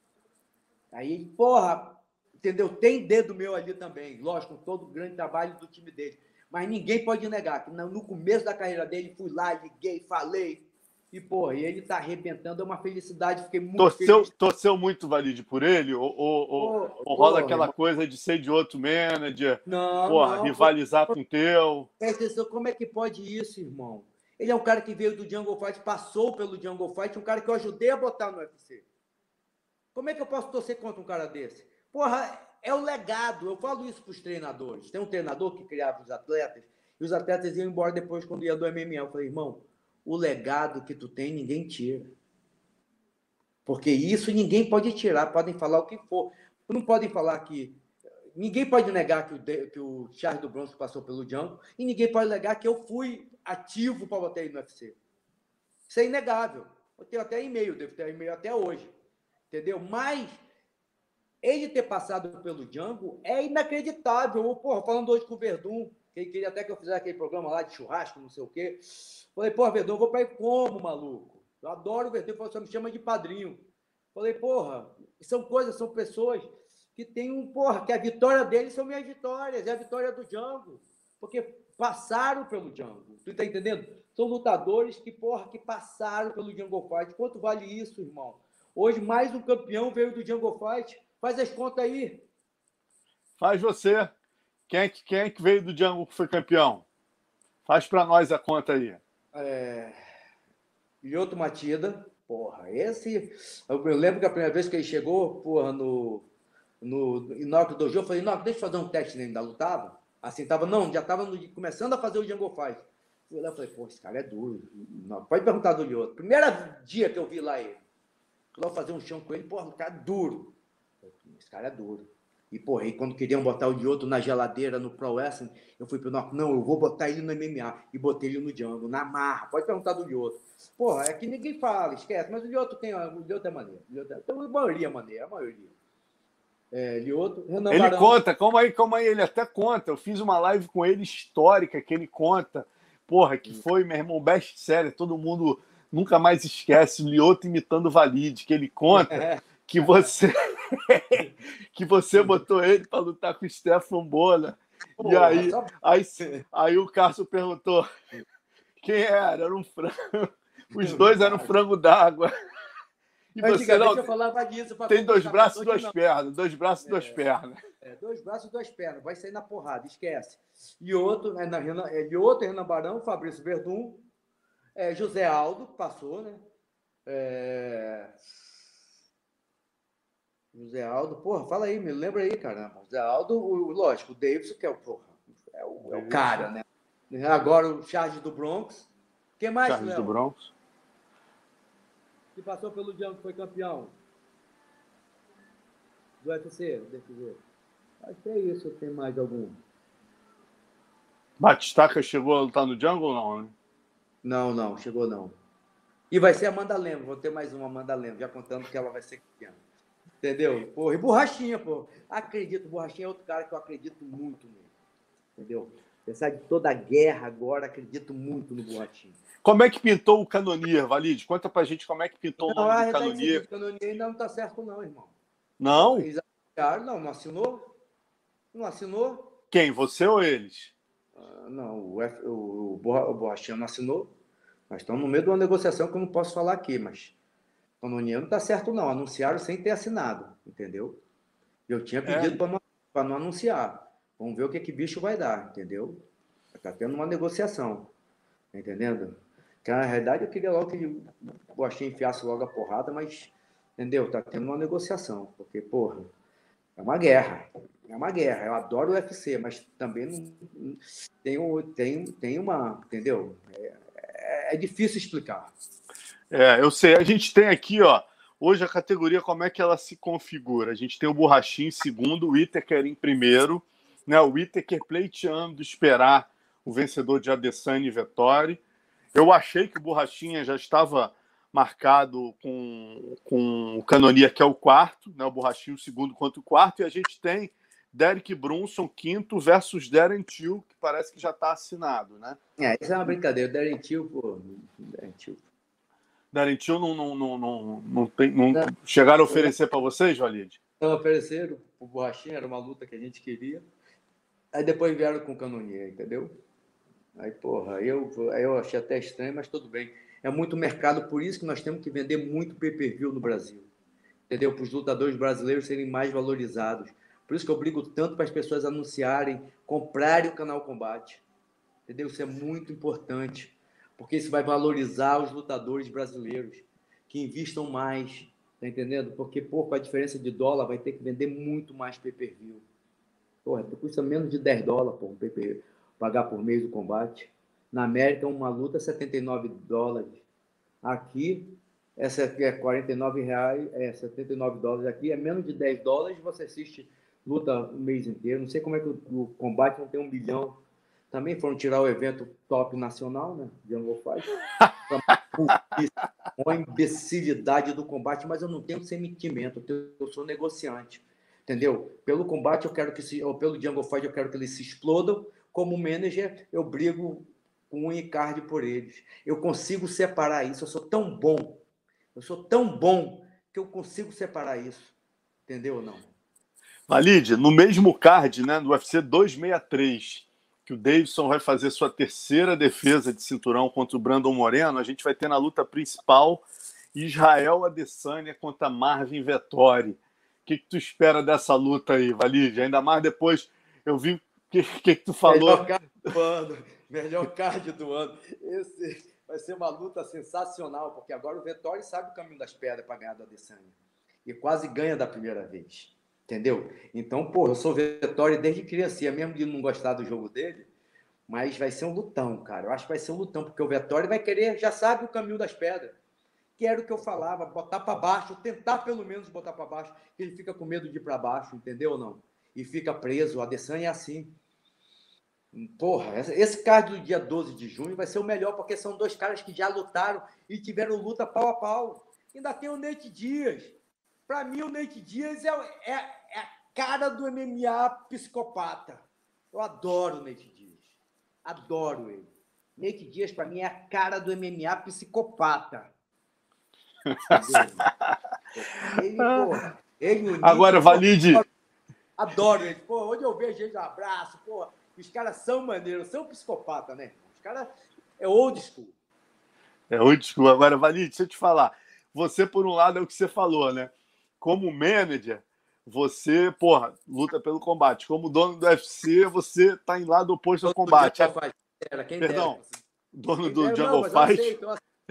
Aí, porra, entendeu? Tem dedo meu ali também, lógico, com todo o grande trabalho do time dele. Mas ninguém pode negar que no começo da carreira dele, fui lá, liguei, falei. E, porra, e ele tá arrebentando, é uma felicidade, fiquei muito feliz. Torceu muito, Valide, por ele? Ou rola aquela irmão, coisa de ser de outro manager, não, rivalizar com o teu? Presta atenção, como é que pode isso, irmão? Ele é um cara que veio do Jungle Fight, passou pelo Jungle Fight, um cara que eu ajudei a botar no UFC. Como é que eu posso torcer contra um cara desse? Porra, é o legado. Eu falo isso para os treinadores. Tem um treinador que criava os atletas, e os atletas iam embora depois quando ia do MMA. Eu falei, irmão, o legado que tu tem, ninguém tira. Porque isso ninguém pode tirar, podem falar o que for. Não podem falar que... Ninguém pode negar que o Charles do Bronx passou pelo Jungle, e ninguém pode negar que eu fui ativo para botar ele no UFC. Isso é inegável. Eu tenho até e-mail, devo ter e-mail até hoje. Entendeu? Mas ele ter passado pelo Django é inacreditável. Porra, falando hoje com o Verdun, que ele queria até que eu fizesse aquele programa lá de churrasco, não sei o quê. Falei, porra, Verdun, eu vou pra ir como, maluco? Eu adoro o Verdun, ele falou, você me chama de padrinho. Falei, porra, são coisas, são pessoas que tem que a vitória deles são minhas vitórias, é a vitória do Django. Porque passaram pelo Django. Tu tá entendendo? São lutadores que passaram pelo Jungle Fight. Quanto vale isso, irmão? Hoje, mais um campeão veio do Jungle Fight. Faz as contas aí. Faz você. Quem é que veio do Jungle que foi campeão? Faz para nós a conta aí. Lyoto Machida. Porra, esse... Eu lembro que a primeira vez que ele chegou, porra, no Inoki Dojo, eu falei, não, deixa eu fazer um teste nele, ainda lutava. Assim, já estava começando a fazer o Jungle Fight. Fui lá e falei, pô, esse cara é duro. Não, pode perguntar do Lyoto. Primeiro dia que eu vi lá ele. Fui lá fazer um chão com ele, porra, o cara é duro. Esse cara é duro. E, porra, e quando queriam botar o Lyoto na geladeira, no Pro Wrestling, eu fui pro Knock, não, eu vou botar ele no MMA. E botei ele no Jungle, na marra. Pode perguntar do Lyoto. Porra, é que ninguém fala, esquece. Mas o Lyoto é maneiro. A maioria é maneiro, a maioria. Lyoto, Renan ele Barão. Conta, calma aí, ele até conta. Eu fiz uma live com ele histórica, que ele conta. Porra, que foi, meu irmão, best-seller. Todo mundo nunca mais esquece. O Lyoto imitando o Valide, que ele conta que você botou ele para lutar com o Stefan Bonner. E aí o Cássio perguntou quem era? Era um frango. Os dois eram frango d'água. E você não, eu falava disso. Tem dois braços e duas pernas. Dois braços e duas pernas. Dois braços e duas pernas. Vai sair na porrada, esquece. Lyoto, Renan Barão, Fabrício Verdun, José Aldo, passou, né? José Aldo, porra, fala aí, me lembra aí, caramba. José Aldo, lógico, o Davidson, que é o cara, né? Agora o Charles do Bronx. Quem mais, Charles do Bronx. Que passou pelo Django, foi campeão do UFC, deixa eu ver. Acho que é isso, tem mais algum. Batistaca chegou a lutar no Jungle ou não, né? Não, chegou não. E vai ser a Amanda Lemos, vou ter mais uma Amanda Lemos, já contando que ela vai ser campeã. Entendeu? Porra, e Borrachinha, pô. Acredito, Borrachinha é outro cara que eu acredito muito nele. Entendeu? Apesar de toda a guerra agora, acredito muito no Borrachinha. Como é que pintou o Cannonier, Valide? Conta pra gente como é que pintou o nome do Cannonier. O Cannonier ainda não tá certo não, irmão. Não? Não assinou? Não assinou? Quem, você ou eles? Não, o Borrachinha não assinou. Nós estamos no meio de uma negociação que eu não posso falar aqui, mas o Cannonier não está certo, não. Anunciaram sem ter assinado, entendeu? Eu tinha pedido para não anunciar. Vamos ver o que bicho vai dar, entendeu? Está tendo uma negociação, tá entendendo? Que, na realidade, eu queria logo que o Borrachinha enfiasse logo a porrada, mas, entendeu? Está tendo uma negociação, porque, porra, é uma guerra. É uma guerra. Eu adoro o UFC, mas também não tem uma, entendeu? É difícil explicar. Eu sei. A gente tem aqui, ó, hoje a categoria, como é que ela se configura? A gente tem o Borrachinha em segundo, o Whittaker em primeiro, né? O Whittaker pleiteando esperar o vencedor de Adesanya e Vettori. Eu achei que o Borrachinha já estava marcado com o Cannonier, que é o quarto, né? O Borrachinha o segundo contra o quarto, e a gente tem Derek Brunson, quinto, versus Darren Till, que parece que já está assinado, né? Isso é uma brincadeira. Darren Till, pô. Darren Till não chegaram a oferecer para vocês, Valide? Então, ofereceram o Borrachinha, era uma luta que a gente queria. Aí depois vieram com o Canonier, entendeu? Aí, porra, aí eu achei até estranho, mas tudo bem. É muito mercado, por isso que nós temos que vender muito pay-per-view no Brasil. Entendeu? Para os lutadores brasileiros serem mais valorizados. Por isso que eu brigo tanto para as pessoas anunciarem, comprarem o Canal Combate. Entendeu? Isso é muito importante, porque isso vai valorizar os lutadores brasileiros, que investam mais, tá entendendo? Porque, pô, com a diferença de dólar, vai ter que vender muito mais pay-per-view. Porra, custa menos de $10, pô, um pay-per-view, pagar por mês o combate. Na América, uma luta é $79. Aqui, essa aqui é R$ 49, é $79. Aqui é menos de $10, você assiste luta o mês inteiro. Não sei como é que o combate não tem 1 milhão. Também foram tirar o evento top nacional, né? Jungle Fight. Uma imbecilidade do combate, mas eu não tenho sentimento, eu sou negociante. Entendeu? Pelo combate eu quero que ou pelo Jungle Fight eu quero que eles se explodam. Como manager, eu brigo com unha e carne por eles. Eu consigo separar isso, eu sou tão bom que eu consigo separar isso. Entendeu ou não? Valide, no mesmo card, né, no UFC 263, que o Davidson vai fazer sua terceira defesa de cinturão contra o Brandon Moreno, a gente vai ter na luta principal Israel Adesanya contra Marvin Vettori. O que tu espera dessa luta aí, Valide? Ainda mais depois eu vi o que tu falou. Melhor card do ano. Esse vai ser uma luta sensacional, porque agora o Vettori sabe o caminho das pedras para ganhar do Adesanya. E quase ganha da primeira vez. Entendeu? Então, pô, eu sou Vettori desde criancinha, mesmo de não gostar do jogo dele, mas vai ser um lutão, cara. Eu acho que vai ser um lutão, porque o Vettori vai querer, já sabe o caminho das pedras. Que era o que eu falava, botar para baixo, tentar pelo menos botar para baixo, que ele fica com medo de ir para baixo, entendeu ou não? E fica preso. O Adesanya é assim. Porra, esse card do dia 12 de junho vai ser o melhor, porque são dois caras que já lutaram e tiveram luta pau a pau. Ainda tem o Nate Diaz. Para mim, o Nate Diaz é a cara do MMA psicopata. Eu adoro o Nate Diaz. Adoro ele. Nate Diaz, para mim, é a cara do MMA psicopata. Ele, porra, ele Agora, Valide. Adoro ele. Pô, onde eu vejo ele, um abraço. Pô, os caras são maneiros, são psicopata, né? Os caras é old school. É old school. Agora, Valide, deixa eu te falar. Você, por um lado, é o que você falou, né? Como manager, você, porra, luta pelo combate. Como dono do UFC, você tá em lado oposto ao combate. Perdão, dono do Jungle Fight.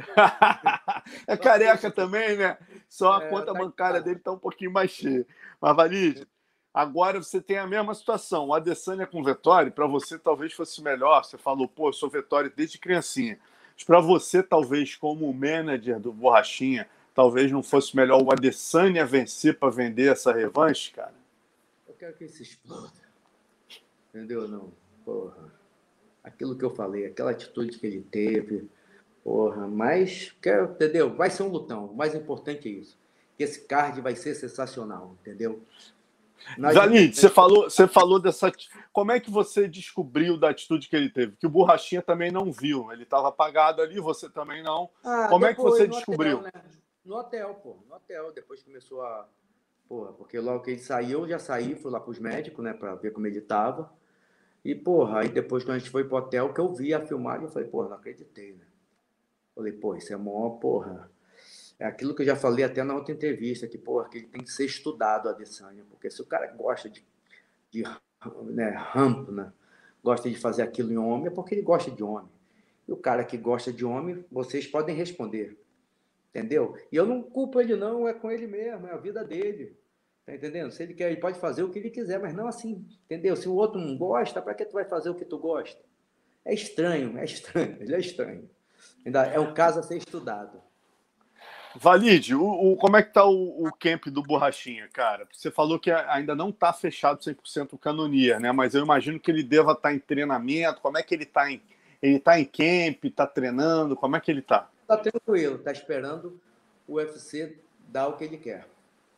É careca também, né? Só a conta bancária dele tá um pouquinho mais cheia. Mas, Valide, agora você tem a mesma situação. O Adesanya com o Vettori, para você talvez fosse melhor. Você falou, pô, eu sou Vettori desde criancinha. Mas para você, talvez, como manager do Borrachinha, talvez não fosse melhor o Adesanya vencer para vender essa revanche, cara? Eu quero que ele se exploda. Entendeu? Não. Porra. Aquilo que eu falei, aquela atitude que ele teve. Porra, mas, entendeu? Vai ser um lutão. O mais importante é isso. Que esse card vai ser sensacional, entendeu? Valide, você falou dessa. Como é que você descobriu da atitude que ele teve? Que o Borrachinha também não viu. Ele estava apagado ali, você também não. Como é que você descobriu? Hotel, né? No hotel, pô. No hotel. Depois começou a. Porra, porque logo que ele saiu, eu já saí, fui lá pros médicos, né, pra ver como ele tava. E, porra, aí depois quando a gente foi pro hotel, que eu vi a filmagem, eu falei, porra, não acreditei, né? Falei, pô, isso é mó, porra. É aquilo que eu já falei até na outra entrevista, que, porra, que ele tem que ser estudado, a Adesanya, porque se o cara gosta de né, rampa, né, gosta de fazer aquilo em homem, é porque ele gosta de homem. E o cara que gosta de homem, vocês podem responder, entendeu? E eu não culpo ele não, é com ele mesmo, é a vida dele, tá entendendo? Se ele quer, ele pode fazer o que ele quiser, mas não assim, entendeu? Se o outro não gosta, para que tu vai fazer o que tu gosta? É estranho, ele é estranho. Ainda é um caso a ser estudado. Valide, como é que tá o camp do Borrachinha, cara? Você falou que ainda não está fechado 100% o Canonier, né? Mas eu imagino que ele deva estar em treinamento. Como é que ele está ele tá em camp, está treinando? Como é que ele está? Está tranquilo, está esperando o UFC dar o que ele quer.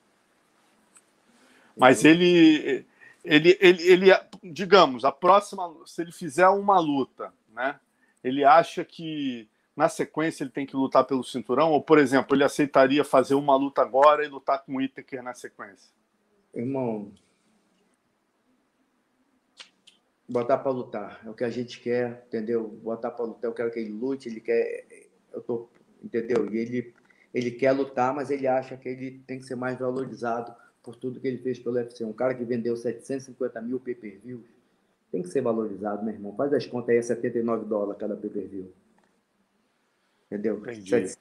Mas ele, digamos, a próxima, se ele fizer uma luta, né? Ele acha que na sequência ele tem que lutar pelo cinturão? Ou, por exemplo, ele aceitaria fazer uma luta agora e lutar com o Whittaker na sequência? Irmão, botar para lutar é o que a gente quer, entendeu? Botar para lutar, eu quero que ele lute, ele quer, entendeu? E ele quer lutar, mas ele acha que ele tem que ser mais valorizado por tudo que ele fez pelo UFC. Um cara que vendeu 750 mil pay-per-views tem que ser valorizado, meu irmão. Faz as contas aí, é $79 cada pay-per-view. Entendeu? Entendi.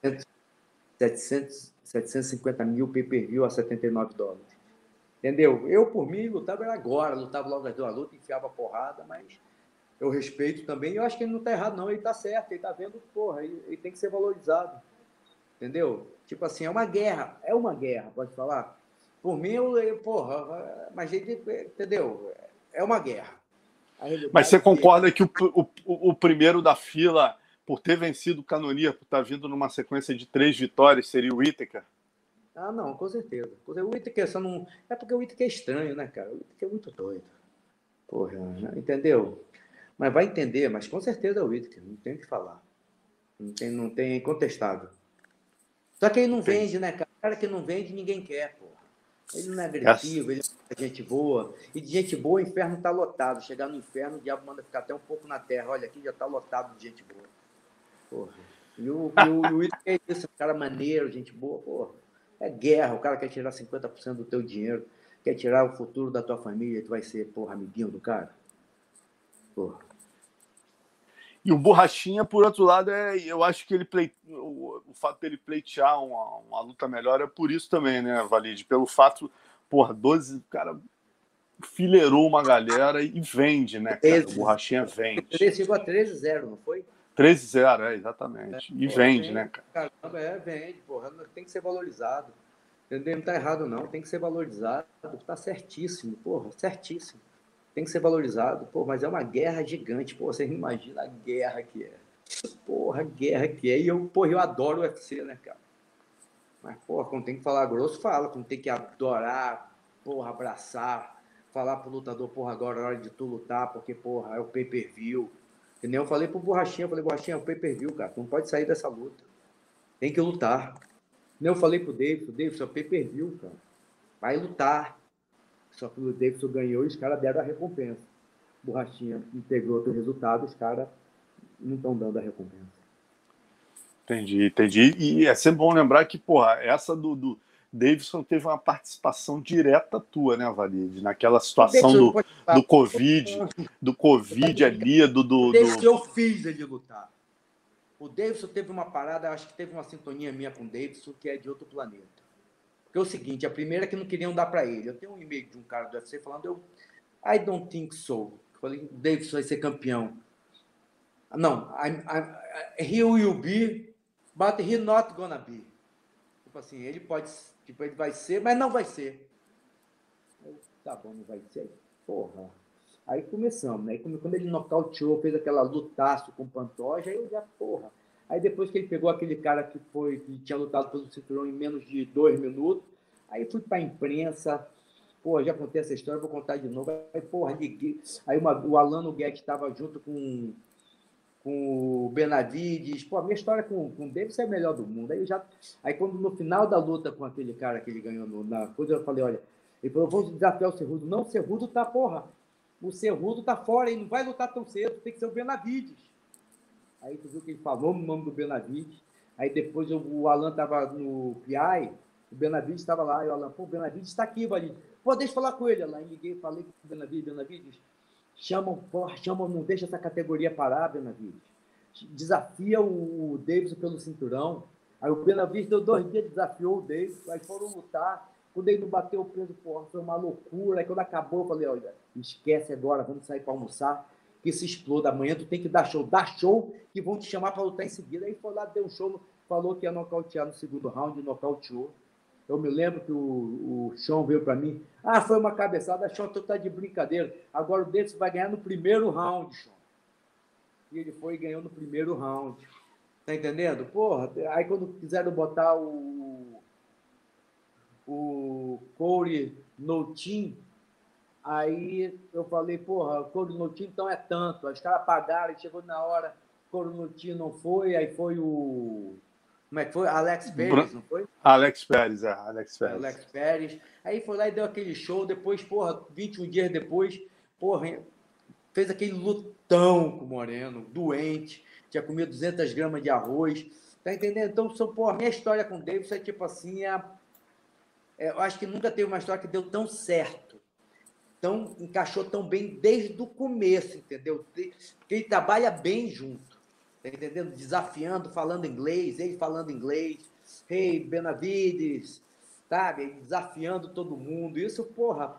750 mil pay-per-view a $79. Entendeu? Eu, por mim, lutava era agora, lutava logo as duas lutas, enfiava porrada, mas eu respeito também. Eu acho que ele não tá errado, não. Ele tá certo, ele tá vendo, porra, ele tem que ser valorizado. Entendeu? Tipo assim, é uma guerra, pode falar. Por mim, porra, mas ele, entendeu? É uma guerra. Mas você concorda que o primeiro da fila, por ter vencido o Cannonier, por estar vindo numa sequência de 3 vitórias, seria o Whittaker? Ah, não, com certeza. O Whittaker só não... É porque o Whittaker é estranho, né, cara? O Whittaker é muito doido. Porra, entendeu? Mas vai entender, mas com certeza é o Whittaker, não tem o que falar. Não tem incontestável. Só que ele não vende, né, cara? O cara que não vende, ninguém quer, porra. Ele não é agressivo, ele é gente boa. E de gente boa, o inferno tá lotado. Chegar no inferno, o diabo manda ficar até um pouco na terra. Olha, aqui já tá lotado de gente boa. Porra. E o Whittaker é isso, um cara maneiro, gente boa, porra. É guerra, o cara quer tirar 50% do teu dinheiro, quer tirar o futuro da tua família, tu vai ser, porra, amiguinho do cara. Porra. E o Borrachinha, por outro lado, eu acho que o fato dele pleitear uma luta melhor é por isso também, né, Valide? Pelo fato, porra, 12, cara, fileirou uma galera e vende, né, cara? O Borrachinha vende. Ele chegou a 13-0, não foi? 13-0, exatamente. E porra, vende, né, cara? Caramba, vende, porra, tem que ser valorizado. Entendeu? Não tá errado, não, tem que ser valorizado. Tá certíssimo, porra, certíssimo. Tem que ser valorizado, pô, mas é uma guerra gigante, pô, você imagina a guerra que é. Porra, a guerra que é. E eu adoro o UFC, né, cara? Mas, porra, quando tem que falar grosso, fala. Quando tem que adorar, porra, abraçar, falar pro lutador, porra, agora é hora de tu lutar, porque, porra, é o pay-per-view. Que nem eu falei pro Borrachinha, Borrachinha, é o pay-per-view, cara, tu não pode sair dessa luta. Tem que lutar. Que nem eu falei pro Davidson, é o pay-per-view, cara. Vai lutar. Só que o Davidson ganhou e os caras deram a recompensa. Borrachinha integrou o resultado, os caras não estão dando a recompensa. Entendi. E é sempre bom lembrar que, porra, essa do Davidson teve uma participação direta tua, né, Valide? Naquela situação do Covid ali, O Davidson eu fiz ele lutar. O Davidson teve uma parada, acho que teve uma sintonia minha com o Davidson, que é de outro planeta. Porque é o seguinte, a primeira é que não queriam dar para ele. Eu tenho um e-mail de um cara do UFC falando, I don't think so. Eu falei, o Davidson vai ser campeão. Não, he will be, but he not gonna be. Tipo assim, ele pode, tipo, ele vai ser, mas não vai ser. Tá bom, não vai ser. Porra. Aí começamos, né? Quando ele nocauteou, fez aquela lutaço com o Pantoja, aí eu já, porra. Aí depois que ele pegou aquele cara que tinha lutado pelo cinturão em menos de 2 minutos, aí fui pra imprensa, porra, já contei essa história, vou contar de novo. Aí, porra, liguei. Aí o Alano Guedes estava junto com o Benavides. Pô, a minha história com o Davis é a melhor do mundo. Aí quando no final da luta com aquele cara que ele ganhou na coisa, eu falei, olha, ele falou, vou desafiar o Cerrudo. Não, o Cerrudo tá, porra. O Cerrudo tá fora, ele não vai lutar tão cedo, tem que ser o Benavides. Aí tu viu que ele falou o nome do Benavides. Aí depois o Alan tava no PI, o Benavides estava lá, e o Alan, pô, o Benavides está aqui, Valide. Pô, deixa eu falar com ele, Alan. Liguei, falei com o Benavides, chama, não deixa essa categoria parar, Benavides. Desafia o Davidson pelo cinturão. Aí o Benavides deu 2 dias, desafiou o Davidson, aí foram lutar. Quando ele não bateu o peso, porra, foi uma loucura. Aí quando acabou, eu falei, olha, esquece agora, vamos sair para almoçar, que se exploda. Amanhã tu tem que dar show que vão te chamar para lutar em seguida. Aí foi lá, deu um show, falou que ia nocautear no segundo round, nocauteou. Eu me lembro que o Sean veio para mim. Ah, foi uma cabeçada. Sean, tu tá de brincadeira. Agora o Davidson vai ganhar no primeiro round, Sean. E ele foi e ganhou no primeiro round. Tá entendendo? Porra, aí quando quiseram botar o Corey no team, aí eu falei, porra, o Corey no team então é tanto. Os caras pagaram, chegou na hora, o Corey no team não foi, aí foi o Como é que foi? Alex Pérez, não foi? Alex Pérez, Alex Pérez. Alex Pérez. Aí foi lá e deu aquele show. Depois, porra, 21 dias depois, porra, fez aquele lutão com o Moreno, doente. Tinha comido 200 gramas de arroz. Tá entendendo? Então, porra, minha história com o Davidson é tipo assim, eu acho que nunca teve uma história que deu tão certo. Encaixou tão bem desde o começo, entendeu? Porque ele trabalha bem junto. Tá entendendo? Desafiando, falando inglês, ele falando inglês. Hey, Benavides, sabe? Desafiando todo mundo. Isso, porra,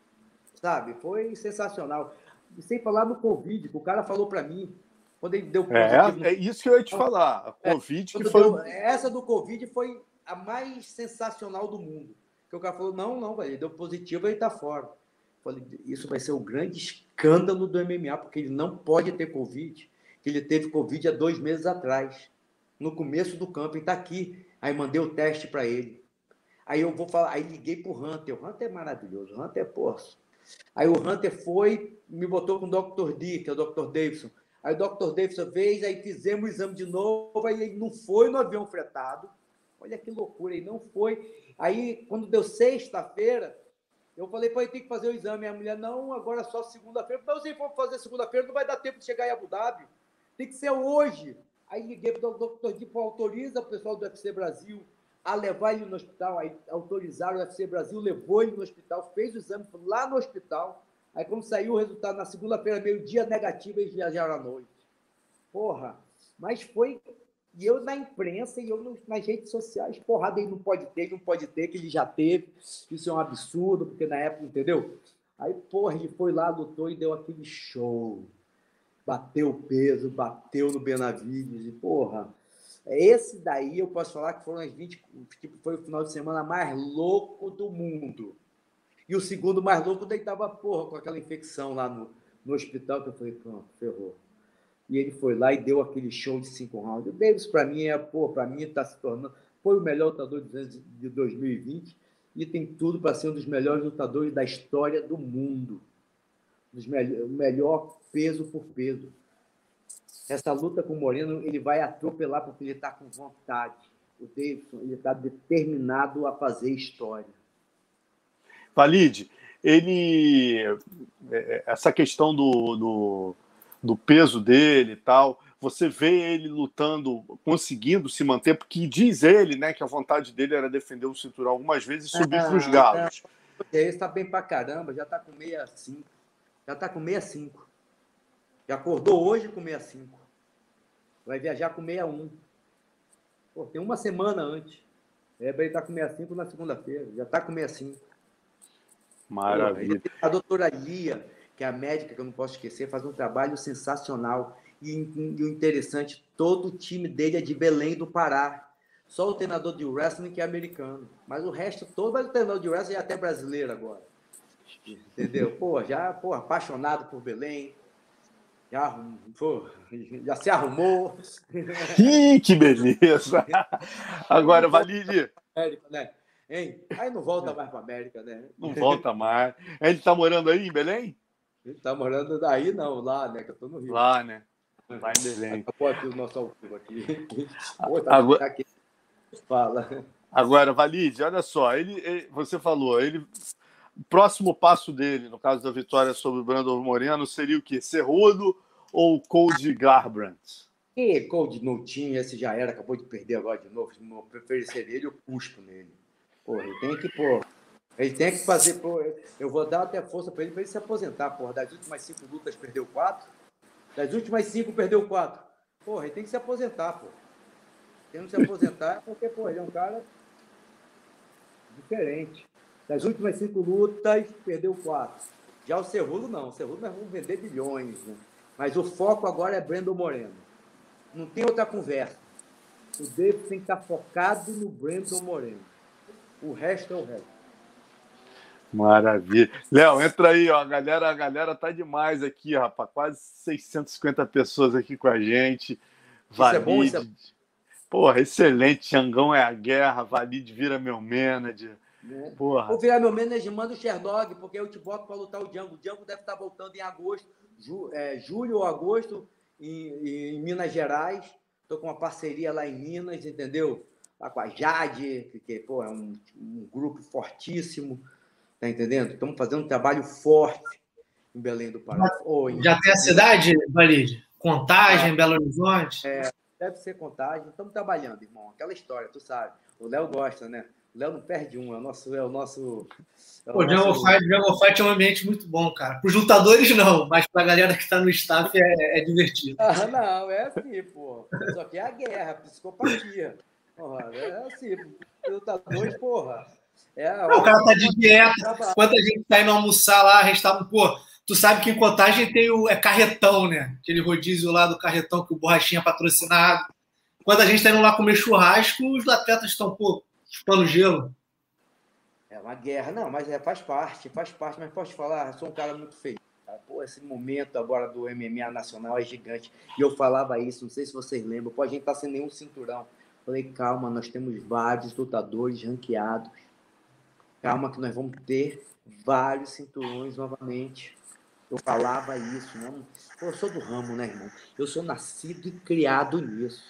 sabe? Foi sensacional. E sem falar no Covid, que o cara falou para mim, quando ele deu positivo... É isso que eu ia te falar. A Covid que foi... Essa do Covid foi a mais sensacional do mundo. Que o cara falou, não, velho, ele deu positivo, ele tá fora. Eu falei, isso vai ser o grande escândalo do MMA, porque ele não pode ter Covid. Ele teve Covid há 2 meses atrás, no começo do campo, e está aqui. Aí mandei o teste para ele. Aí eu vou falar, aí liguei para o Hunter. O Hunter é maravilhoso, o Hunter é poço. Aí o Hunter foi, me botou com o Dr. D, que é o Dr. Davidson. Aí o Dr. Davidson fez, aí fizemos o exame de novo, aí ele não foi no avião fretado. Olha que loucura, ele não foi. Aí, quando deu sexta-feira, eu falei para ele, tem que fazer o exame. A mulher, não, agora só segunda-feira. Então, se for fazer segunda-feira, não vai dar tempo de chegar em Abu Dhabi. Tem que ser hoje. Aí liguei para o Dr. Dipo, autoriza o pessoal do UFC Brasil a levar ele no hospital. Aí autorizaram o UFC Brasil, levou ele no hospital, fez o exame lá no hospital. Aí quando saiu o resultado na segunda-feira, meio-dia negativo, eles viajaram à noite. Porra, mas foi... E eu na imprensa e eu nas redes sociais, porrada, ele não pode ter, que ele já teve. Isso é um absurdo, porque na época, entendeu? Aí, porra, ele foi lá, lutou e deu aquele show. Bateu o peso, bateu no Benavides, e porra, esse daí eu posso falar que foram as 20, tipo, foi o final de semana mais louco do mundo. E o segundo mais louco, daí tava, porra, com aquela infecção lá no hospital, que eu falei, pronto, ferrou. E ele foi lá e deu aquele show de 5 rounds. O Davis, para mim, tá se tornando, foi o melhor lutador de 2020 e tem tudo para ser um dos melhores lutadores da história do mundo. O melhor peso por peso. Essa luta com o Moreno, ele vai atropelar porque ele está com vontade. O Davidson, ele está determinado a fazer história. Valide, essa questão do peso dele e tal, você vê ele lutando, conseguindo se manter, porque diz ele, né, que a vontade dele era defender o cinturão algumas vezes e subir para os galos. Ele está bem pra caramba, já está com 65. Já está com 65. Já acordou hoje com 65. Vai viajar com 61. Pô, tem uma semana antes. Ele está com 65 na segunda-feira. Já está com 65. Maravilha. A doutora Lia, que é a médica que eu não posso esquecer, faz um trabalho sensacional. E o interessante, todo o time dele é de Belém do Pará. Só o treinador de wrestling que é americano. Mas o resto todo, mas o treinador de wrestling é até brasileiro agora. Entendeu? Pô, apaixonado por Belém. Já se arrumou. Ih, que beleza! Agora, Valide. América, né? Hein? Aí não volta mais para América, né? Não volta mais. Ele tá morando aí em Belém? Ele tá morando daí, não, lá, né? Que eu tô no Rio. Lá, né? Lá em Belém. Acabou aqui o nosso ao vivo aqui. Pô, tá aqui. Fala. Agora, Valide, olha só, você falou, o próximo passo dele, no caso da vitória sobre o Brandon Moreno, seria o quê? Cerrudo ou Cody Garbrandt? Cody não tinha, esse já era, acabou de perder agora de novo. Não preferiria ele, eu cuspo nele. Porra, ele tem que fazer, eu vou dar até força para ele se aposentar, porra. Das últimas 5 lutas, perdeu 4. Das últimas 5, perdeu 4. Porra, ele tem que se aposentar, porra. Se não se aposentar, porque, porra, ele é um cara diferente. Das últimas 5 lutas, perdeu 4. Já o Cerrudo, não. O Cerrudo nós vamos vender bilhões, né? Mas o foco agora é Brandon Moreno. Não tem outra conversa. O Davis tem que estar focado no Brandon Moreno. O resto é o resto. Maravilha. Léo, entra aí, ó. A galera tá demais aqui, rapaz. Quase 650 pessoas aqui com a gente. Valide. Isso é bom, isso é... Porra, excelente. Xangão é a guerra. Valide vira meu manager. Porra. Vou virar meu manager, manda o Sherdog, porque eu te boto para lutar o Django. O Django deve estar voltando em agosto, julho ou agosto, em Minas Gerais. Estou com uma parceria lá em Minas, entendeu? Lá com a Jade, que pô, é um grupo fortíssimo, tá entendendo? Estamos fazendo um trabalho forte em Belém do Pará. Já tem a cidade, Valide? Contagem, Belo Horizonte? Deve ser Contagem. Estamos trabalhando, irmão. Aquela história, tu sabe. O Léo gosta, né? O Léo não perde um, é o nosso. O Jungle Fight é um ambiente muito bom, cara. Para os lutadores, não, mas para a galera que está no staff é divertido. Não, é assim, pô. Só que é a guerra, a psicopatia. Porra, é assim, os lutadores, porra. O cara tá de dieta. Quando a gente tá indo almoçar lá, a gente tá. Pô, tu sabe que em Contagem tem o carretão, né? Aquele rodízio lá do carretão que o Borrachinha é patrocinado. Quando a gente tá indo lá comer churrasco, os atletas estão, pô, chupando gelo. É uma guerra. Não, mas faz parte. Mas posso te falar, sou um cara muito feio. Pô, esse momento agora do MMA nacional é gigante. E eu falava isso, não sei se vocês lembram. Pô, a gente tá sem nenhum cinturão. Falei, calma, nós temos vários lutadores ranqueados. Calma que nós vamos ter vários cinturões novamente. Eu falava isso, não? Pô, eu sou do ramo, né, irmão? Eu sou nascido e criado nisso.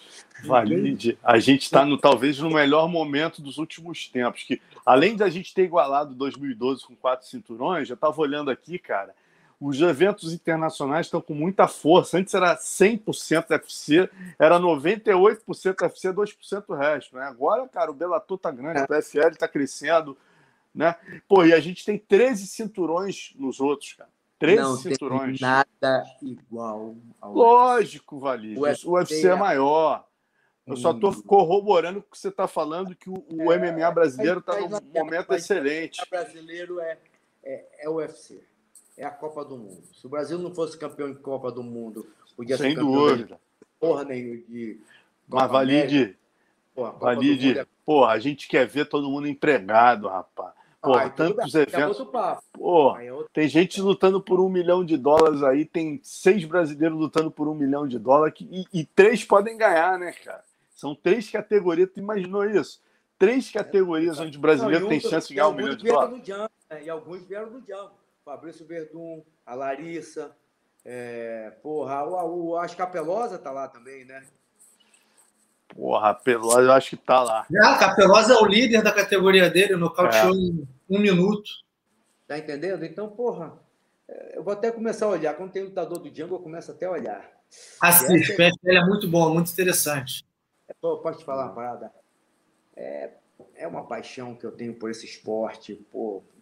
Valide, a gente está talvez no melhor momento dos últimos tempos, que além de a gente ter igualado 2012 com 4 cinturões, já estava olhando aqui, cara, os eventos internacionais estão com muita força. Antes era 100% UFC, era 98% UFC, 2% o resto, né? Agora, cara, o Bellator tá grande, o PFL tá crescendo, né? Pô, e a gente tem 13 cinturões nos outros, cara. 13 não cinturões. Tem nada igual ao Lógico, Valide. O UFC é maior. Eu só estou corroborando o que você está falando, que o MMA brasileiro está num momento excelente. O brasileiro é o UFC. É a Copa do Mundo. Se o Brasil não fosse campeão de Copa do Mundo, podia ser campeão dúvida. Porra nenhuma de Copa. Mas Valide, porra, a gente quer ver todo mundo empregado, rapaz. Porra, tantos eventos. Porra, tem gente lutando por $1 milhão aí, tem 6 brasileiros lutando por $1 milhão e 3 podem ganhar, né, cara? São 3 categorias, tu imaginou isso? 3 categorias onde o brasileiro tem chance de ganhar $1 milhão. E alguns vieram do Django. Fabrício Verdun, a Larissa, o Capelosa tá lá também, né? Porra, a Pelosa eu acho que tá lá. A Capelosa é o líder da categoria dele, nocauteou em 1 minuto. Tá entendendo? Então, porra, eu vou até começar a olhar. Quando tem lutador do Django, eu começo até a olhar. Assiste, o PFL é muito bom, muito interessante. Posso te falar uma parada? É uma paixão que eu tenho por esse esporte. Pô,